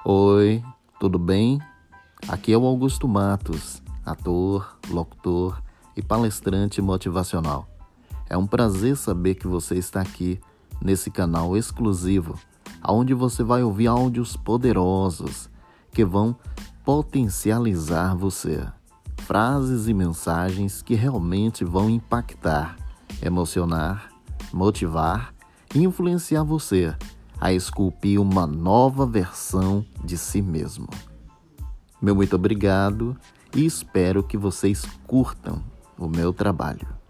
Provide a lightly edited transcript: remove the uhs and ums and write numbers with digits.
Oi, tudo bem? Aqui é o Augusto Matos, ator, locutor e palestrante motivacional. É um prazer saber que você está aqui nesse canal exclusivo, onde você vai ouvir áudios poderosos que vão potencializar você. Frases e mensagens que realmente vão impactar, emocionar, motivar e influenciar você a esculpir uma nova versão de si mesmo. Meu muito obrigado e espero que vocês curtam o meu trabalho.